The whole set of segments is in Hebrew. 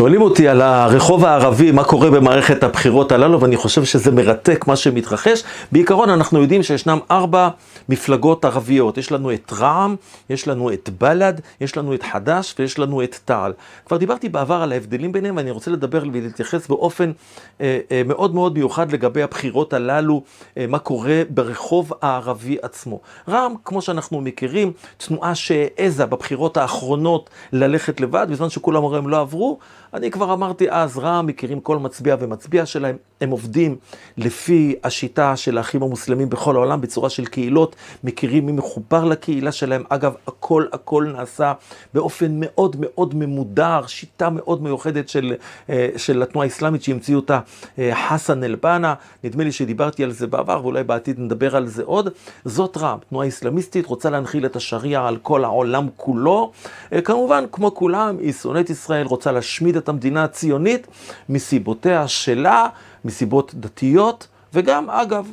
שואלים אותי על הרחוב הערבי, מה קורה במערכת הבחירות הללו, ואני חושב שזה מרתק מה שמתרחש. בעיקרון אנחנו יודעים שישנם 4 מפלגות ערביות. יש לנו את רע"מ, יש לנו את בל"ד, יש לנו את חד"ש ויש לנו את תע"ל. כבר דיברתי בעבר על ההבדלים ביניהם, ואני רוצה לדבר ולהתייחס באופן מאוד מאוד מיוחד לגבי הבחירות הללו, מה קורה ברחוב הערבי עצמו. רע"מ, כמו שאנחנו מכירים, תנועה שהעזה בבחירות האחרונות ללכת לבד, בזמן שכולם אומרים לא עברו. אני כבר אמרתי אז, רע"מ מכירים כל מצביע ומצביע שלהם, הם עובדים לפי השיטה של האחים המוסלמים בכל העולם, בצורה של קהילות, מכירים מי מחובר לקהילה שלהם. אגב, הכל נעשה באופן מאוד מאוד ממודר, שיטה מאוד מיוחדת של התנועה האסלאמית שהמציאו אותה חסן אל-בנה. נדמה לי שדיברתי על זה בעבר, ואולי בעתיד נדבר על זה עוד. זאת רע"מ, תנועה אסלאמיסטית, רוצה להנחיל את השריעה על כל העולם כולו. כמובן, כמו כולם, היא שונאת ישראל, רוצה להשמיד את המדינה הציונית מסיבותיה שלה, מסיבות דתיות, וגם אגב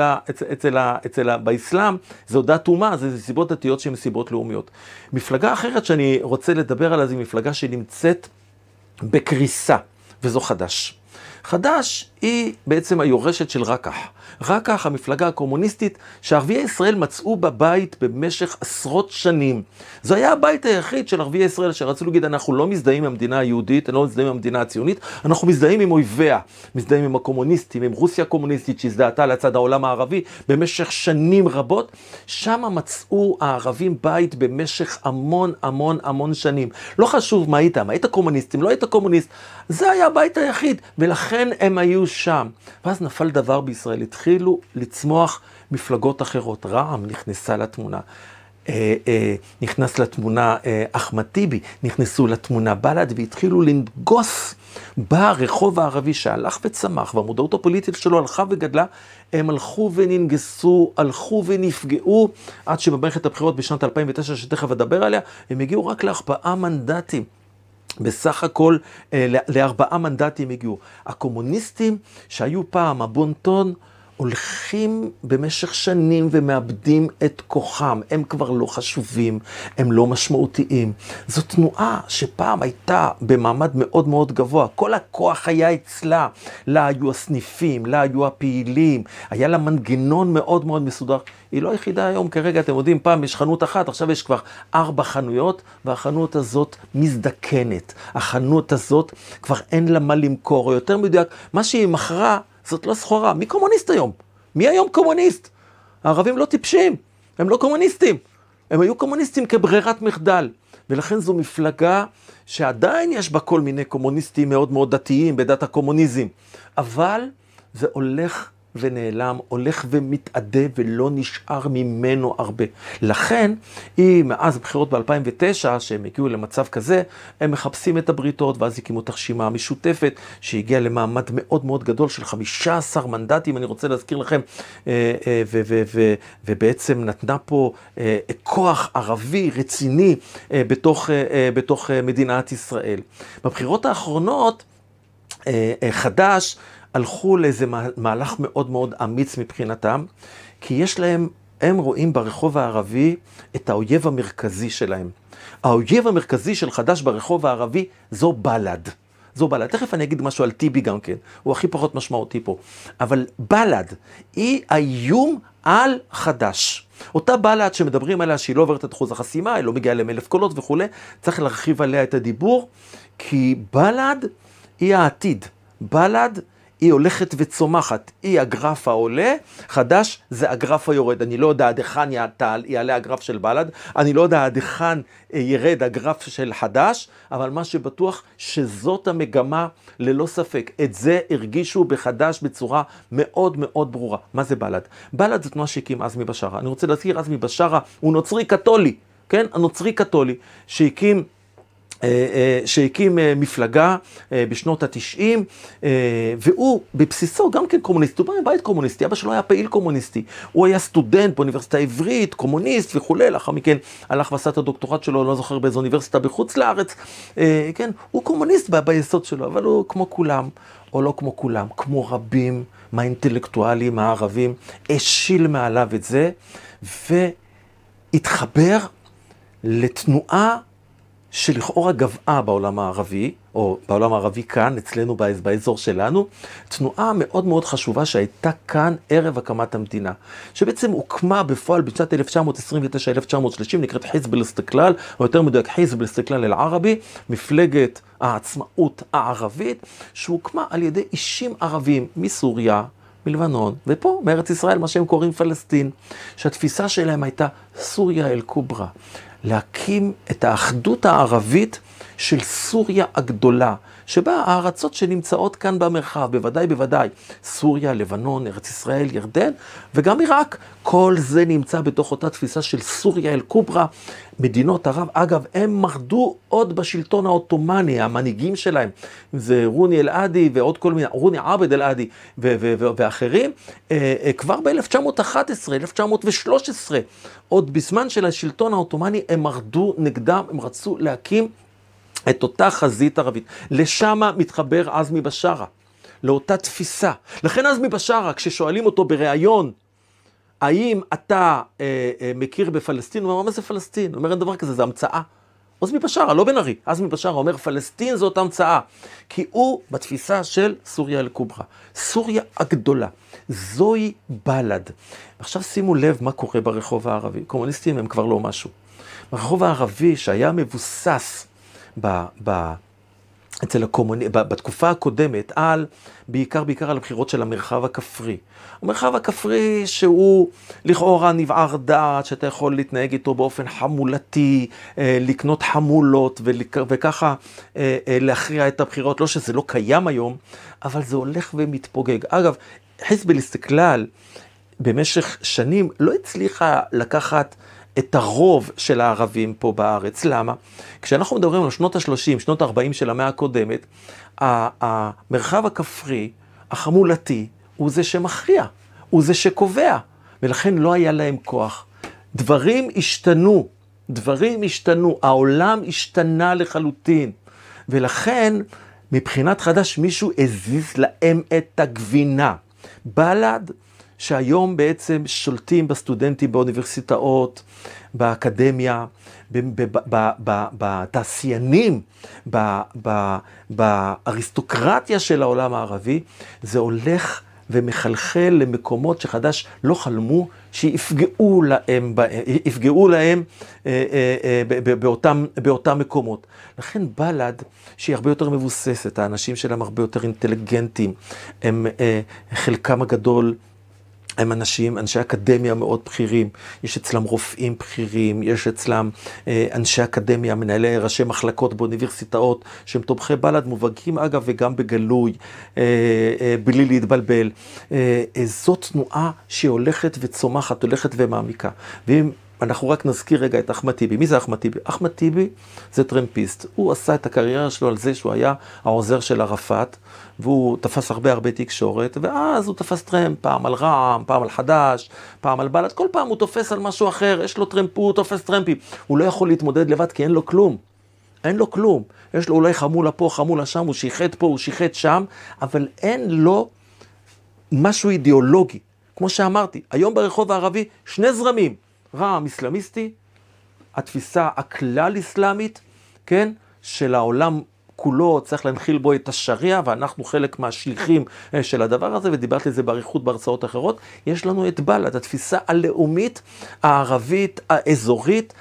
באסלאם זו דת אומה, זה סיבות דתיות שהן סיבות לאומיות. מפלגה אחרת שאני רוצה לדבר עליה, זו מפלגה שנמצאת בקריסה, וזו חד"ש. חד"ש היא בעצם היורשת של רק"ח. רק"ח, המפלגה הקומוניסטית, שערביי ישראל מצאו בבית במשך עשרות שנים. זה היה הבית היחיד של ערביי ישראל שרצו להגיד, אנחנו לא מזדהים עם המדינה היהודית, לא מזדהים עם המדינה הציונית, אנחנו מזדהים עם אויביה, מזדהים עם הקומוניסטים, עם רוסיה הקומוניסטית שהזדהתה לצד העולם הערבי במשך שנים רבות. שם מצאו הערבים בית במשך המון שנים. לא חשוב מה היית קומוניסטים, לא היית קומוניסט, זה היה הבית היחיד, ולכן הם היו שם. ואז נפל דבר בישראל, התחילו לצמוח מפלגות אחרות. רע"מ נכנסה לתמונה, נכנס לתמונה אחמד טיבי, נכנסו לתמונה בל"ד, והתחילו לנגוס ברחוב הערבי שהלך וצמח, והמודעות הפוליטית שלו הלכה וגדלה. הם הלכו וננגסו, הלכו ונפגעו, עד שבמערכת הבחירות בשנת 2009, שתכף אדבר עליה, הם הגיעו רק ל4 מנדטים. בסך הכל ל4 מנדטים הגיעו. הקומוניסטים שהיו פעם הבון-טון, הולכים במשך שנים ומאבדים את כוחם. הם כבר לא חשובים, הם לא משמעותיים. זו תנועה שפעם הייתה במעמד מאוד מאוד גבוה. כל הכוח היה אצלה. לה היו הסניפים, לה היו הפעילים. היה לה מנגנון מאוד מאוד מסודר. היא לא היחידה היום כרגע, אתם יודעים, פעם יש חנות אחת, עכשיו יש כבר 4 חנויות, והחנות הזאת מזדקנת. החנות הזאת כבר אין לה מה למכור, או יותר מדויק, מה שהיא מכרה, זאת לא סחורה. מי קומוניסט היום? מי היום קומוניסט? הערבים לא טיפשים, הם לא קומוניסטים. הם היו קומוניסטים כברירת מחדל. ולכן זו מפלגה שעדיין יש בה כל מיני קומוניסטים מאוד מאוד דתיים בדת הקומוניזם. אבל זה הולך ונעלם, הולך ומתעדה ולא נשאר ממנו הרבה. לכן, מאז הבחירות ב-2009, שהם הגיעו למצב כזה, הם מחפשים את הבריתות, ואז הקימו את הרשימה המשותפת, שהגיעה למעמד מאוד מאוד גדול של 15 מנדטים, אני רוצה להזכיר לכם, ובעצם נתנה פה כוח ערבי רציני בתוך מדינת ישראל. בבחירות האחרונות, חד"ש, הלכו לאיזה מהלך מאוד מאוד אמיץ מבחינתם, כי יש להם, הם רואים ברחוב הערבי את האויב המרכזי שלהם. האויב המרכזי של חד"ש ברחוב הערבי זו בל"ד. זו בל"ד. תכף אני אגיד משהו על טיבי גם כן, הוא הכי פחות משמעותי פה. אבל בל"ד היא האיום על חד"ש. אותה בל"ד שמדברים עליה שהיא לא עוברת את אחוז החסימה, היא לא מגיעה ל1,000 קולות וכו', צריך להרחיב עליה את הדיבור, כי בל"ד היא העתיד. בל"ד היא הולכת וצומחת, היא הגרף העולה, חד"ש זה הגרף היורד. אני לא יודע עד היכן יעלה הגרף של בל"ד, אני לא יודע עד היכן ירד הגרף של חד"ש, אבל מה שבטוח שזאת המגמה ללא ספק. את זה הרגישו בחד"ש בצורה מאוד מאוד ברורה. מה זה בל"ד? בל"ד זה תנועה שהקים עזמי בשארה. אני רוצה להזכיר, עזמי בשארה הוא נוצרי קתולי, כן? הנוצרי קתולי שהקים מפלגה בשנות ה-90, והוא בבסיסו גם כן קומוניסט, הוא בא מבית קומוניסטי, אבא שלו היה פעיל קומוניסטי, הוא היה סטודנט באוניברסיטה העברית, קומוניסט וכו', לאחר מכן הלך ועשה את הדוקטורט שלו, לא זוכר באיזו אוניברסיטה בחוץ לארץ, כן, הוא קומוניסט ביסוד שלו, אבל הוא כמו כולם, או לא כמו כולם, כמו רבים מהאינטלקטואלים הערבים, השיל מעליו את זה, והתחבר לתנועה שלכאורה גבעה בעולם הערבי, או בעולם הערבי כאן, אצלנו באזור שלנו, תנועה מאוד מאוד חשובה שהייתה כאן ערב הקמת המדינה, שבעצם הוקמה בפועל בשנת 1929-1930, נקראת חיזב אל-אסתיקלאל, או יותר מדויק חיזב אל-אסתיקלאל אל-ערבי, מפלגת העצמאות הערבית, שהוקמה על ידי אישים ערבים מסוריה, מלבנון, ופה, מארץ ישראל, מה שהם קוראים פלסטין, שהתפיסה שלהם הייתה סוריה אל-קוברה, להקים את האחדות הערבית של סוריה הגדולה, שבה הארצות שנמצאות כאן במרחב, בוודאי, סוריה, לבנון, ארץ ישראל, ירדן, וגם עיראק, כל זה נמצא בתוך אותה תפיסה של סוריה אל-קוברה. מדינות ערב, אגב, הם מרדו עוד בשלטון העות'מאני, המנהיגים שלהם, זה רוני אל-עדי ועוד כל מיני, רוני עבד אל-עדי ואחרים, כבר ב-1911, 1913, עוד בזמן של השלטון העות'מאני, הם מרדו נגדם, הם רצו להקים את אותה חזית ערבית. לשם מתחבר עזמי בשארה, לאותה תפיסה. לכן עזמי בשארה, כששואלים אותו בראיון, האם אתה מכיר בפלסטין? הוא אומר, מה זה פלסטין? הוא אומר, אין דבר כזה, זה המצאה. עזמי בשארה, לא בן ארי. עזמי בשארה אומר, פלסטין זאת המצאה. כי הוא בתפיסה של סוריה אל-קוברה. סוריה הגדולה. זוהי בל"ד. עכשיו שימו לב מה קורה ברחוב הערבי. קומוניסטים הם כבר לא משהו. ברחוב הערבי שהיה מבוסס בתקופה הקודמת, בעיקר על הבחירות של המרחב הכפרי. המרחב הכפרי שהוא לכאורה נבער דעת, שאתה יכול להתנהג איתו באופן חמולתי, לקנות חמולות וככה להכריע את הבחירות. לא שזה לא קיים היום, אבל זה הולך ומתפוגג. אגב, חיזב אל-אסתיקלאל במשך שנים לא הצליחה לקחת את הרוב של הערבים פה בארץ. למה? כשאנחנו מדברים על שנות ה-30, שנות ה-40 של המאה הקודמת, המרחב הכפרי, החמולתי, הוא זה שמכריע, הוא זה שקובע, ולכן לא היה להם כוח. דברים השתנו, העולם השתנה לחלוטין, ולכן מבחינת חדש מישהו הזיז להם את הגבינה. בל"ד, שהיום בעצם שולטים בסטודנטים באוניברסיטאות, באקדמיה, בתעשיינים, באריסטוקרטיה של העולם הערבי, זה הולך ומחלחל למקומות שחדש לא חלמו שיפגעו להם באותם מקומות. לכן בל"ד, שהיא הרבה יותר מבוססת, האנשים שלהם הרבה יותר אינטליגנטים, הם חלקם הגדול, הם אנשי אקדמיה מאוד בכירים, יש אצלם רופאים בכירים, יש אצלם אנשי אקדמיה, מנהלי ראשי מחלקות באוניברסיטאות, שהם תומכי בל"ד, מובהקים אגב וגם בגלוי, בלי להתבלבל. זו תנועה שהולכת וצומחת, הולכת ומעמיקה. ואם אנחנו רק נזכיר רגע את אחמד טיבי. מי זה אחמד טיבי? אחמד טיבי זה טרמפיסט. הוא עשה את הקריירה שלו על זה שהוא היה העוזר של ערפאת, והוא תפס הרבה תקשורת, ואז הוא תפס טרמפ, פעם על רע"מ, פעם על חד"ש, פעם על בל"ד, כל פעם הוא תופס על משהו אחר, יש לו טרמפ, הוא תופס טרמפים. הוא לא יכול להתמודד לבד כי אין לו כלום. יש לו אולי חמולה פה, חמולה שם, הוא שיחט פה, הוא שיחט שם, אבל אין לו משהו אידיאולוגי. כמו שאמרתי, היום ברחוב הערבי שני זרמים, רע"מ אסלאמיסטי, התפיסה הכלל אסלאמית, כן, של העולם כולו, צריך להנחיל בו את השריעה, ואנחנו חלק מהשליחים של הדבר הזה, ודיברתי על זה בעריכות בהרצאות אחרות. יש לנו את בל"ד, התפיסה הלאומית, הערבית, האזורית,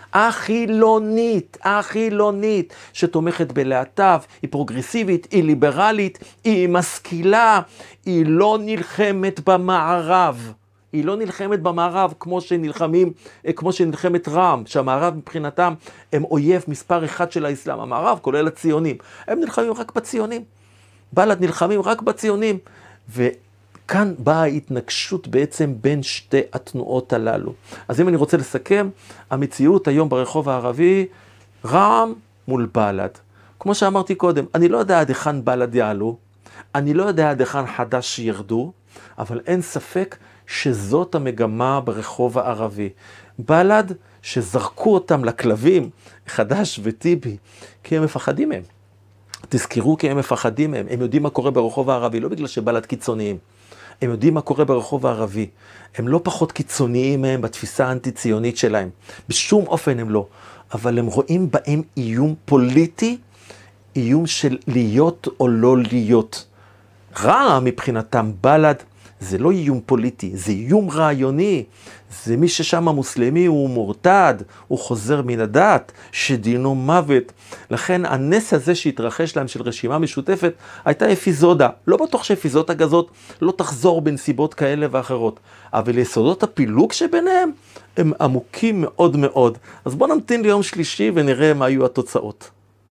החילונית, שתומכת בלהט"ב, היא פרוגרסיבית, היא ליברלית, היא משכילה, היא לא נלחמת במערב. היא לא נלחמת במערב כמו שנלחמת רע"מ, שהמערב מבחינתם הם אויב מספר אחד של האסלאם. המערב כולל הציונים, הם נלחמים רק בציונים. בל"ד נלחמים רק בציונים. וכאן באה ההתנגשות בעצם בין שתי התנועות הללו. אז אם אני רוצה לסכם, המציאות היום ברחוב הערבי, רע"מ מול בל"ד. כמו שאמרתי קודם, אני לא יודע עד היכן בל"ד יעלו, אני לא יודע עד היכן חד"ש ירדו, אבל אין ספק שזאת המגמה ברחוב הערבי. בל"ד שזרקו אותם לכלבים, חד"ש וטיבי, כי הם מפחדים מהם. תזכרו כי הם מפחדים מהם. הם יודעים מה קורה ברחוב הערבי, לא בגלל שבל"ד קיצוניים. הם יודעים מה קורה ברחוב הערבי. הם לא פחות קיצוניים מהם בתפיסה האנטי-ציונית שלהם. בשום אופן הם לא. אבל הם רואים בהם איום פוליטי, איום של להיות או לא להיות. רע מבחינתם בל"ד, זה לא איום פוליטי, זה איום רעיוני. זה מי ששם המוסלמי הוא מורתד, הוא חוזר מן הדת, שדינו מוות. לכן הנס הזה שהתרחש להם של רשימה משותפת, הייתה אפיזודה. לא בטוח שאפיזודה כזאת לא תחזור בנסיבות כאלה ואחרות. אבל יסודות הפילוג שביניהם הם עמוקים מאוד מאוד. אז בואו נמתין ליום שלישי ונראה מה היו התוצאות.